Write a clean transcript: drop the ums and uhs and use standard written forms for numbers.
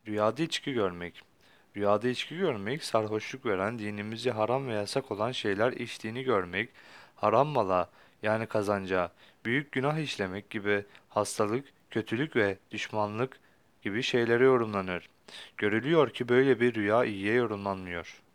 Rüyada içki görmek. Rüyada içki görmek, sarhoşluk veren, dinimizce haram ve yasak olan şeyler içtiğini görmek, haram mala yani kazanca, büyük günah işlemek gibi hastalık, kötülük ve düşmanlık gibi şeylere yorumlanır. Görülüyor ki böyle bir rüya iyiye yorumlanmıyor.